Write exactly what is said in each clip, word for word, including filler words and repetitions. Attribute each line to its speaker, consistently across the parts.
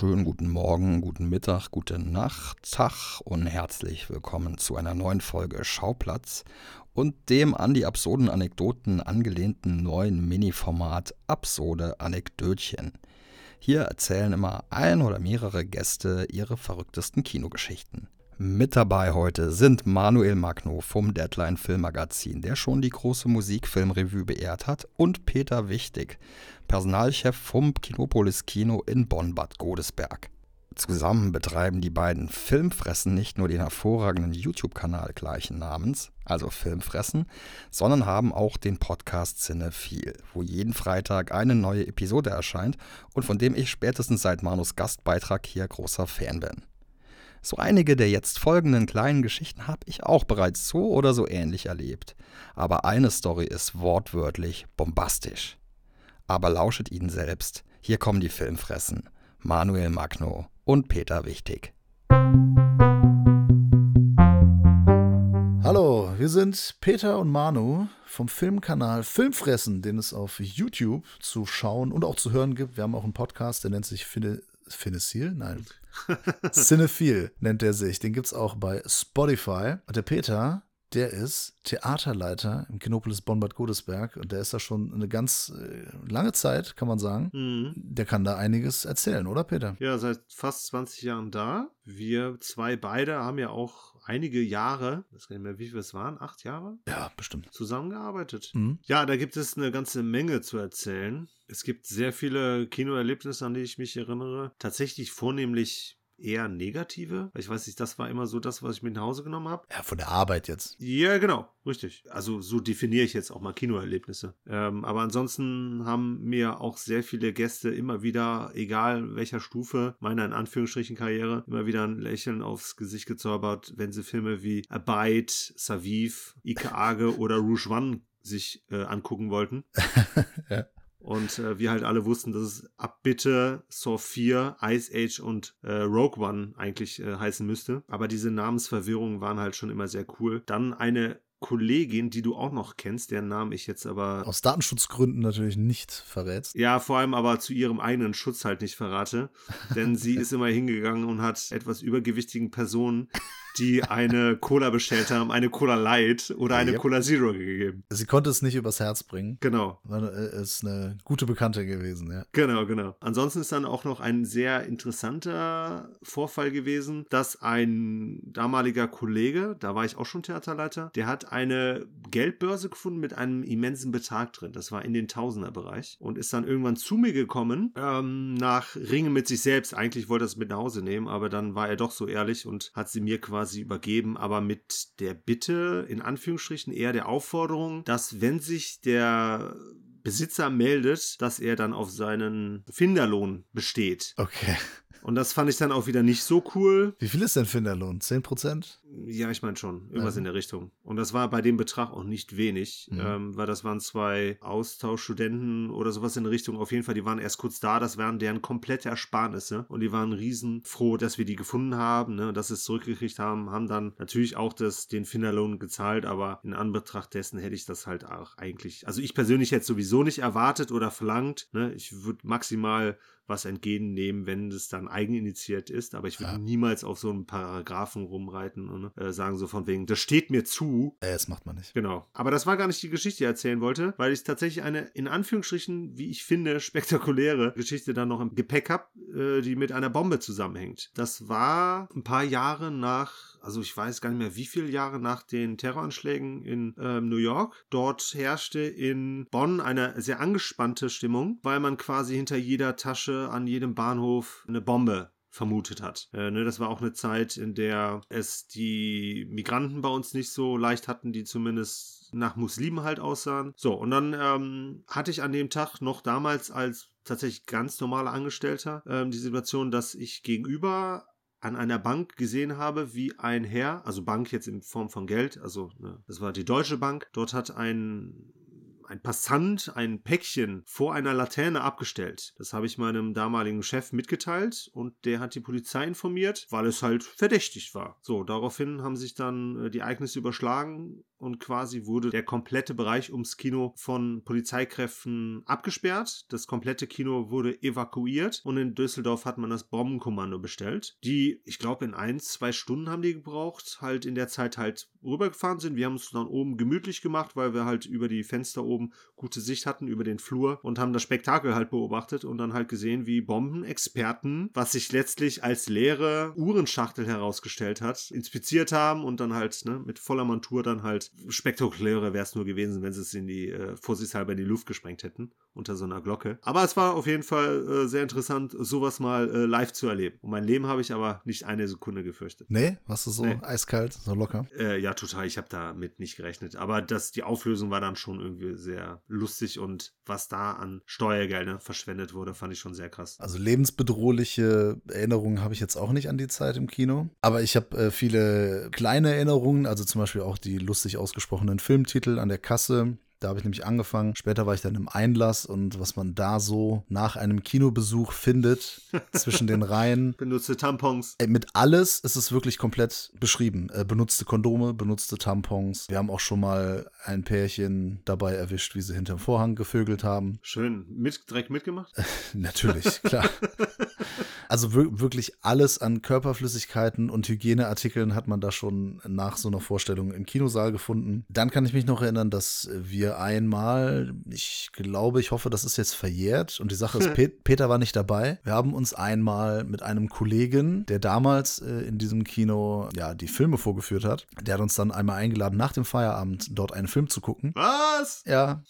Speaker 1: wunderschönen guten Morgen, guten Mittag, gute Nacht, Tag und herzlich willkommen zu einer neuen Folge Schauplatz und dem an die absurden Anekdoten angelehnten neuen Mini-Format Absurde Anekdötchen. Hier erzählen immer ein oder mehrere Gäste ihre verrücktesten Kinogeschichten. Mit dabei heute sind Manuel Magno vom Deadline Filmmagazin, der schon die große Musikfilmrevue beehrt hat, und Peter Wichtig, Personalchef vom Kinopolis Kino in Bonn-Bad Godesberg. Zusammen betreiben die beiden Filmfressen nicht nur den hervorragenden YouTube-Kanal gleichen Namens, also Filmfressen, sondern haben auch den Podcast Cinephil, wo jeden Freitag eine neue Episode erscheint und von dem ich spätestens seit Manus Gastbeitrag hier großer Fan bin. So einige der jetzt folgenden kleinen Geschichten habe ich auch bereits so oder so ähnlich erlebt. Aber eine Story ist wortwörtlich bombastisch. Aber lauschet ihnen selbst. Hier kommen die Filmfressen. Manuel Magno und Peter Wichtig.
Speaker 2: Hallo, wir sind Peter und Manu vom Filmkanal Filmfressen, den es auf YouTube zu schauen und auch zu hören gibt. Wir haben auch einen Podcast, der nennt sich Fine, Finesil? Nein. Cinephil nennt er sich. Den gibt es auch bei Spotify. Und der Peter, der ist Theaterleiter im Kinopolis Bonn-Bad Godesberg. Und der ist da schon eine ganz äh, lange Zeit, kann man sagen. Mhm. Der kann da einiges erzählen, oder Peter?
Speaker 3: Ja, seit fast zwanzig Jahren da. Wir zwei beide haben ja auch einige Jahre, ich weiß gar nicht mehr, wie viel es waren, acht Jahre?
Speaker 2: Ja, bestimmt.
Speaker 3: Zusammengearbeitet.
Speaker 2: Mhm.
Speaker 3: Ja, da gibt es eine ganze Menge zu erzählen. Es gibt sehr viele Kinoerlebnisse, an die ich mich erinnere. Tatsächlich vornehmlich eher negative. Ich weiß nicht, das war immer so das, was ich mit nach Hause genommen habe.
Speaker 2: Ja, von der Arbeit jetzt.
Speaker 3: Ja, genau, richtig. Also so definiere ich jetzt auch mal Kinoerlebnisse. Ähm, aber ansonsten haben mir auch sehr viele Gäste immer wieder, egal welcher Stufe meiner in Anführungsstrichen Karriere, immer wieder ein Lächeln aufs Gesicht gezaubert, wenn sie Filme wie Abide, Saviv, Ike Age oder Rouge One sich äh, angucken wollten.
Speaker 2: Ja.
Speaker 3: Und äh, wir halt alle wussten, dass es Abbitte, Saw vier, Ice Age und äh, Rogue One eigentlich äh, heißen müsste. Aber diese Namensverwirrungen waren halt schon immer sehr cool. Dann eine Kollegin, die du auch noch kennst, deren Namen ich jetzt aber
Speaker 2: aus Datenschutzgründen natürlich nicht verrätst.
Speaker 3: Ja, vor allem aber zu ihrem eigenen Schutz halt nicht verrate. Denn sie ist immer hingegangen und hat etwas übergewichtigen Personen, die eine Cola bestellt haben, eine Cola Light oder eine yep. Cola Zero gegeben.
Speaker 2: Sie konnte es nicht übers Herz bringen.
Speaker 3: Genau.
Speaker 2: Ist eine gute Bekannte gewesen, ja.
Speaker 3: Genau, genau. Ansonsten ist dann auch noch ein sehr interessanter Vorfall gewesen, dass ein damaliger Kollege, da war ich auch schon Theaterleiter, der hat eine Geldbörse gefunden mit einem immensen Betrag drin. Das war in den Tausenderbereich und ist dann irgendwann zu mir gekommen, ähm, nach Ringen mit sich selbst. Eigentlich wollte er es mit nach Hause nehmen, aber dann war er doch so ehrlich und hat sie mir quasi quasi übergeben, aber mit der Bitte, in Anführungsstrichen eher der Aufforderung, dass wenn sich der Besitzer meldet, dass er dann auf seinen Finderlohn besteht.
Speaker 2: Okay.
Speaker 3: Und das fand ich dann auch wieder nicht so cool.
Speaker 2: Wie viel ist denn Finderlohn? zehn Prozent?
Speaker 3: Ja, ich meine schon. Irgendwas
Speaker 2: ja.
Speaker 3: in der Richtung. Und das war bei dem Betrag auch nicht wenig, mhm. ähm, weil das waren zwei Austauschstudenten oder sowas in der Richtung. Auf jeden Fall, die waren erst kurz da. Das waren deren komplette Ersparnisse. Und die waren riesenfroh, dass wir die gefunden haben, ne, dass sie es zurückgekriegt haben. Haben dann natürlich auch das, den Finderlohn gezahlt, aber in Anbetracht dessen hätte ich das halt auch eigentlich, also ich persönlich hätte sowieso nicht erwartet oder verlangt. Ne? Ich würde maximal was entgegennehmen, wenn es dann eigeninitiiert ist, aber ich würde ja. niemals auf so einen Paragraphen rumreiten und äh, sagen so von wegen, das steht mir zu.
Speaker 2: Äh, das macht man nicht.
Speaker 3: Genau. Aber das war gar nicht die Geschichte, die ich erzählen wollte, weil ich tatsächlich eine, in Anführungsstrichen, wie ich finde, spektakuläre Geschichte dann noch im Gepäck habe, äh, die mit einer Bombe zusammenhängt. Das war ein paar Jahre nach, also ich weiß gar nicht mehr, wie viele Jahre nach den Terroranschlägen in ähm, New York. Dort herrschte in Bonn eine sehr angespannte Stimmung, weil man quasi hinter jeder Tasche an jedem Bahnhof eine Bombe vermutet hat. Äh, ne, das war auch eine Zeit, in der es die Migranten bei uns nicht so leicht hatten, die zumindest nach Muslimen halt aussahen. So, und dann ähm, hatte ich an dem Tag noch damals als tatsächlich ganz normaler Angestellter ähm, die Situation, dass ich gegenüber an einer Bank gesehen habe, wie ein Herr, also Bank jetzt in Form von Geld, also ne, das war die Deutsche Bank, dort hat ein ein Passant ein Päckchen vor einer Laterne abgestellt. Das habe ich meinem damaligen Chef mitgeteilt und der hat die Polizei informiert, weil es halt verdächtig war. So, daraufhin haben sich dann äh, die Ereignisse überschlagen und quasi wurde der komplette Bereich ums Kino von Polizeikräften abgesperrt. Das komplette Kino wurde evakuiert und in Düsseldorf hat man das Bombenkommando bestellt. Die, ich glaube, in ein, zwei Stunden haben die gebraucht, halt in der Zeit halt rübergefahren sind. Wir haben uns dann oben gemütlich gemacht, weil wir halt über die Fenster oben gute Sicht hatten, über den Flur und haben das Spektakel halt beobachtet und dann halt gesehen, wie Bombenexperten, was sich letztlich als leere Uhrenschachtel herausgestellt hat, inspiziert haben und dann halt ne, mit voller Montur dann halt spektakulärer wäre es nur gewesen, wenn sie es in die, äh, vorsichtshalber in die Luft gesprengt hätten, unter so einer Glocke. Aber es war auf jeden Fall äh, sehr interessant, sowas mal äh, live zu erleben. Und mein Leben habe ich aber nicht eine Sekunde gefürchtet.
Speaker 2: Nee, warst du so
Speaker 3: Nee.
Speaker 2: eiskalt, so locker?
Speaker 3: Äh, ja, total. Ich habe damit nicht gerechnet. Aber das, die Auflösung war dann schon irgendwie sehr lustig und was da an Steuergeldern verschwendet wurde, fand ich schon sehr krass.
Speaker 2: Also lebensbedrohliche Erinnerungen habe ich jetzt auch nicht an die Zeit im Kino. Aber ich habe äh, viele kleine Erinnerungen, also zum Beispiel auch die lustig ausgesprochenen Filmtitel an der Kasse. Da habe ich nämlich angefangen. Später war ich dann im Einlass und was man da so nach einem Kinobesuch findet, zwischen den Reihen.
Speaker 3: Benutzte Tampons.
Speaker 2: Ey, mit alles ist es wirklich komplett beschrieben. Äh, benutzte Kondome, benutzte Tampons. Wir haben auch schon mal ein Pärchen dabei erwischt, wie sie hinterm Vorhang gevögelt haben.
Speaker 3: Schön. Mit, direkt mitgemacht?
Speaker 2: Natürlich, klar. Also wir- wirklich alles an Körperflüssigkeiten und Hygieneartikeln hat man da schon nach so einer Vorstellung im Kinosaal gefunden. Dann kann ich mich noch erinnern, dass wir einmal, ich glaube, ich hoffe, das ist jetzt verjährt und die Sache ist, Pet- Peter war nicht dabei. Wir haben uns einmal mit einem Kollegen, der damals äh, in diesem Kino ja die Filme vorgeführt hat, der hat uns dann einmal eingeladen, nach dem Feierabend dort einen Film zu gucken.
Speaker 3: Was?
Speaker 2: Ja,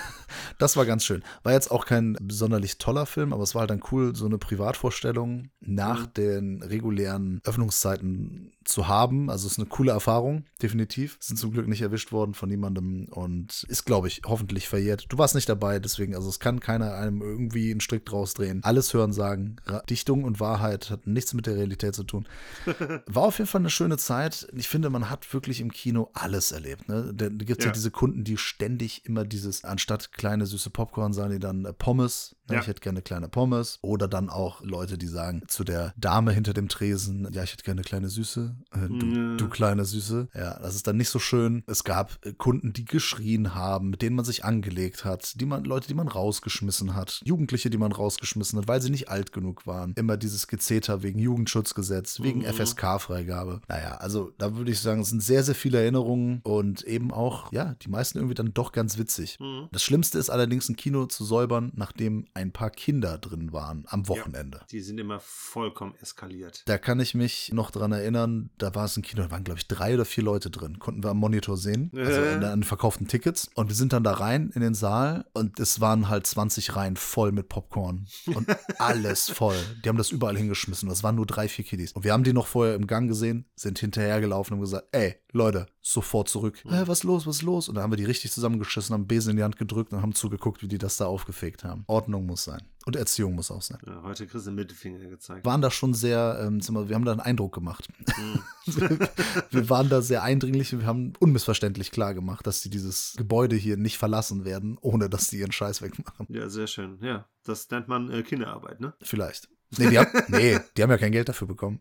Speaker 2: das war ganz schön. War jetzt auch kein sonderlich toller Film, aber es war halt dann cool, so eine Privatvorstellung nach
Speaker 3: Mhm.
Speaker 2: den regulären Öffnungszeiten zu haben. Also es ist eine coole Erfahrung, definitiv. Sind zum Glück nicht erwischt worden von niemandem und ist, glaube ich, hoffentlich verjährt. Du warst nicht dabei, deswegen, also es kann keiner einem irgendwie einen Strick draus drehen. Alles hören, sagen. Ra- Dichtung und Wahrheit hat nichts mit der Realität zu tun. War auf jeden Fall eine schöne Zeit. Ich finde, man hat wirklich im Kino alles erlebt. Ne? Da gibt es ja.
Speaker 3: Ja.
Speaker 2: diese Kunden, die ständig immer dieses, anstatt kleine süße Popcorn, sagen die dann äh, Pommes. Ne?
Speaker 3: Ja.
Speaker 2: Ich hätte gerne kleine Pommes. Oder dann auch Leute, die sagen zu der Dame hinter dem Tresen, ja, ich hätte gerne kleine Süße. Äh, du,
Speaker 3: Ja.
Speaker 2: du kleine Süße. Ja, das ist dann nicht so schön. Es gab äh, Kunden, die geschrien haben, mit denen man sich angelegt hat. Die man, Leute, die man rausgeschmissen hat. Jugendliche, die man rausgeschmissen hat, weil sie nicht alt genug waren. Immer dieses Gezeter wegen Jugendschutzgesetz, wegen
Speaker 3: Mhm.
Speaker 2: F S K-Freigabe. Naja, also da würde ich sagen, es sind sehr, sehr viele Erinnerungen und eben auch, ja, die meisten irgendwie dann doch ganz witzig.
Speaker 3: Mhm.
Speaker 2: Das Schlimmste ist allerdings, ein Kino zu säubern, nachdem ein paar Kinder drin waren am Wochenende.
Speaker 3: Die sind immer vollkommen eskaliert.
Speaker 2: Da kann ich mich noch dran erinnern, da war es ein Kino, da waren, glaube ich, drei oder vier Leute drin. Konnten wir am Monitor sehen, also
Speaker 3: Äh.
Speaker 2: an, an den verkauften Tickets. Und wir sind dann da rein in den Saal und es waren halt zwanzig Reihen voll mit Popcorn. Und alles voll. Die haben das überall hingeschmissen. Das waren nur drei, vier Kiddies. Und wir haben die noch vorher im Gang gesehen, sind hinterhergelaufen und haben gesagt, ey, Leute, sofort zurück. Hä, was ist los, was ist los? Und dann haben wir die richtig zusammengeschissen, haben Besen in die Hand gedrückt und haben zugeguckt, wie die das da aufgefegt haben. Ordnung muss sein. Und Erziehung muss auch sein.
Speaker 3: Ja, heute kriegst du den Mittelfinger gezeigt.
Speaker 2: Waren da schon sehr, ähm, sagen wir, wir haben da einen Eindruck gemacht.
Speaker 3: Mhm.
Speaker 2: wir, wir waren da sehr eindringlich und wir haben unmissverständlich klar gemacht, dass sie dieses Gebäude hier nicht verlassen werden, ohne dass sie ihren Scheiß wegmachen.
Speaker 3: Ja, sehr schön. Ja, das nennt man äh, Kinderarbeit, ne?
Speaker 2: Vielleicht. Nee die, haben, nee, die haben ja kein Geld dafür bekommen.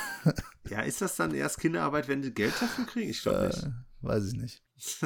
Speaker 3: Ja, ist das dann erst Kinderarbeit, wenn die Geld dafür kriegen? Ich glaube nicht.
Speaker 2: Äh, weiß ich nicht.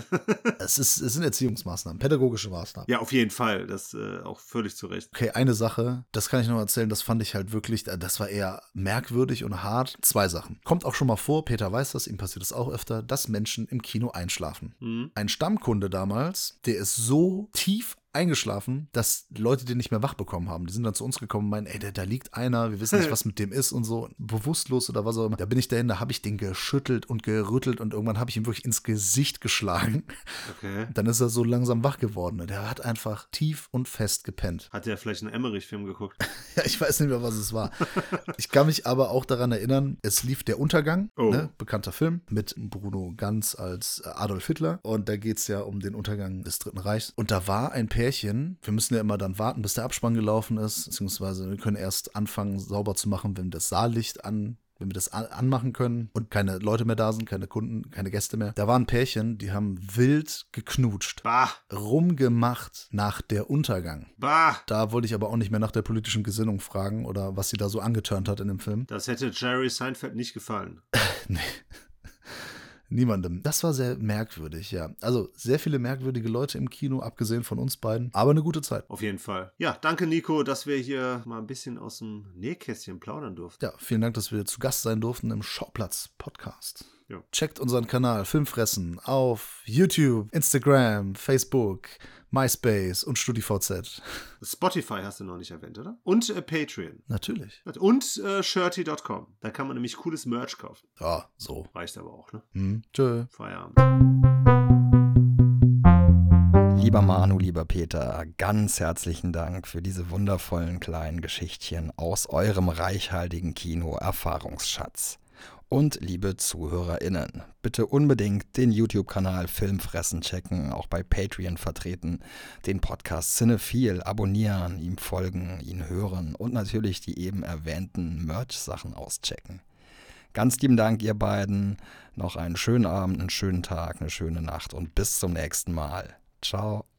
Speaker 2: es, ist, es sind Erziehungsmaßnahmen, pädagogische Maßnahmen.
Speaker 3: Ja, auf jeden Fall. Das äh, auch völlig zu Recht.
Speaker 2: Okay, eine Sache, das kann ich noch erzählen, das fand ich halt wirklich, das war eher merkwürdig und hart. Zwei Sachen. Kommt auch schon mal vor, Peter weiß das, ihm passiert das auch öfter, dass Menschen im Kino einschlafen.
Speaker 3: Mhm.
Speaker 2: Ein Stammkunde damals, der ist so tief eingeschlafen, dass Leute den nicht mehr wach bekommen haben. Die sind dann zu uns gekommen und meinen, ey, da, da liegt einer, wir wissen nicht, was mit dem ist und so, bewusstlos oder was auch immer. Da bin ich dahin, da habe ich den geschüttelt und gerüttelt und irgendwann habe ich ihm wirklich ins Gesicht geschlagen.
Speaker 3: Okay.
Speaker 2: Dann ist er so langsam wach geworden. Der hat einfach tief und fest gepennt.
Speaker 3: Hat der vielleicht einen Emmerich-Film geguckt?
Speaker 2: Ja, ich weiß nicht mehr, was es war. Ich kann mich aber auch daran erinnern, es lief Der Untergang,
Speaker 3: Oh.
Speaker 2: ne, bekannter Film, mit Bruno Ganz als Adolf Hitler. Und da geht es ja um den Untergang des Dritten Reichs. Und da war ein Pärchen, wir müssen ja immer dann warten, bis der Abspann gelaufen ist, beziehungsweise wir können erst anfangen, sauber zu machen, wenn das Saallicht an wenn wir das an anmachen können und keine Leute mehr da sind, keine Kunden, keine Gäste mehr. Da waren Pärchen, die haben wild geknutscht,
Speaker 3: Bah,
Speaker 2: rumgemacht nach Der Untergang.
Speaker 3: bah.
Speaker 2: Da wollte ich aber auch nicht mehr nach der politischen Gesinnung fragen oder was sie da so angeturnt hat in dem Film.
Speaker 3: Das hätte Jerry Seinfeld nicht gefallen.
Speaker 2: Nee. Niemandem. Das war sehr merkwürdig, ja. Also sehr viele merkwürdige Leute im Kino, abgesehen von uns beiden. Aber eine gute Zeit.
Speaker 3: Auf jeden Fall. Ja, danke Nico, dass wir hier mal ein bisschen aus dem Nähkästchen plaudern durften.
Speaker 2: Ja, vielen Dank, dass wir zu Gast sein durften im Schauplatz-Podcast.
Speaker 3: Ja.
Speaker 2: Checkt unseren Kanal Filmfressen auf YouTube, Instagram, Facebook, MySpace und StudiVZ.
Speaker 3: Spotify hast du noch nicht erwähnt, oder? Und äh, Patreon.
Speaker 2: Natürlich.
Speaker 3: Und äh, shirty Punkt com. Da kann man nämlich cooles Merch kaufen.
Speaker 2: Ja, so.
Speaker 3: Reicht aber auch, ne?
Speaker 2: Hm. Tschö.
Speaker 3: Feierabend.
Speaker 1: Lieber Manu, lieber Peter, ganz herzlichen Dank für diese wundervollen kleinen Geschichtchen aus eurem reichhaltigen Kino-Erfahrungsschatz. Und liebe ZuhörerInnen, bitte unbedingt den YouTube-Kanal Filmfressen checken, auch bei Patreon vertreten, den Podcast Cinephile abonnieren, ihm folgen, ihn hören und natürlich die eben erwähnten Merch-Sachen auschecken. Ganz lieben Dank, ihr beiden. Noch einen schönen Abend, einen schönen Tag, eine schöne Nacht und bis zum nächsten Mal. Ciao.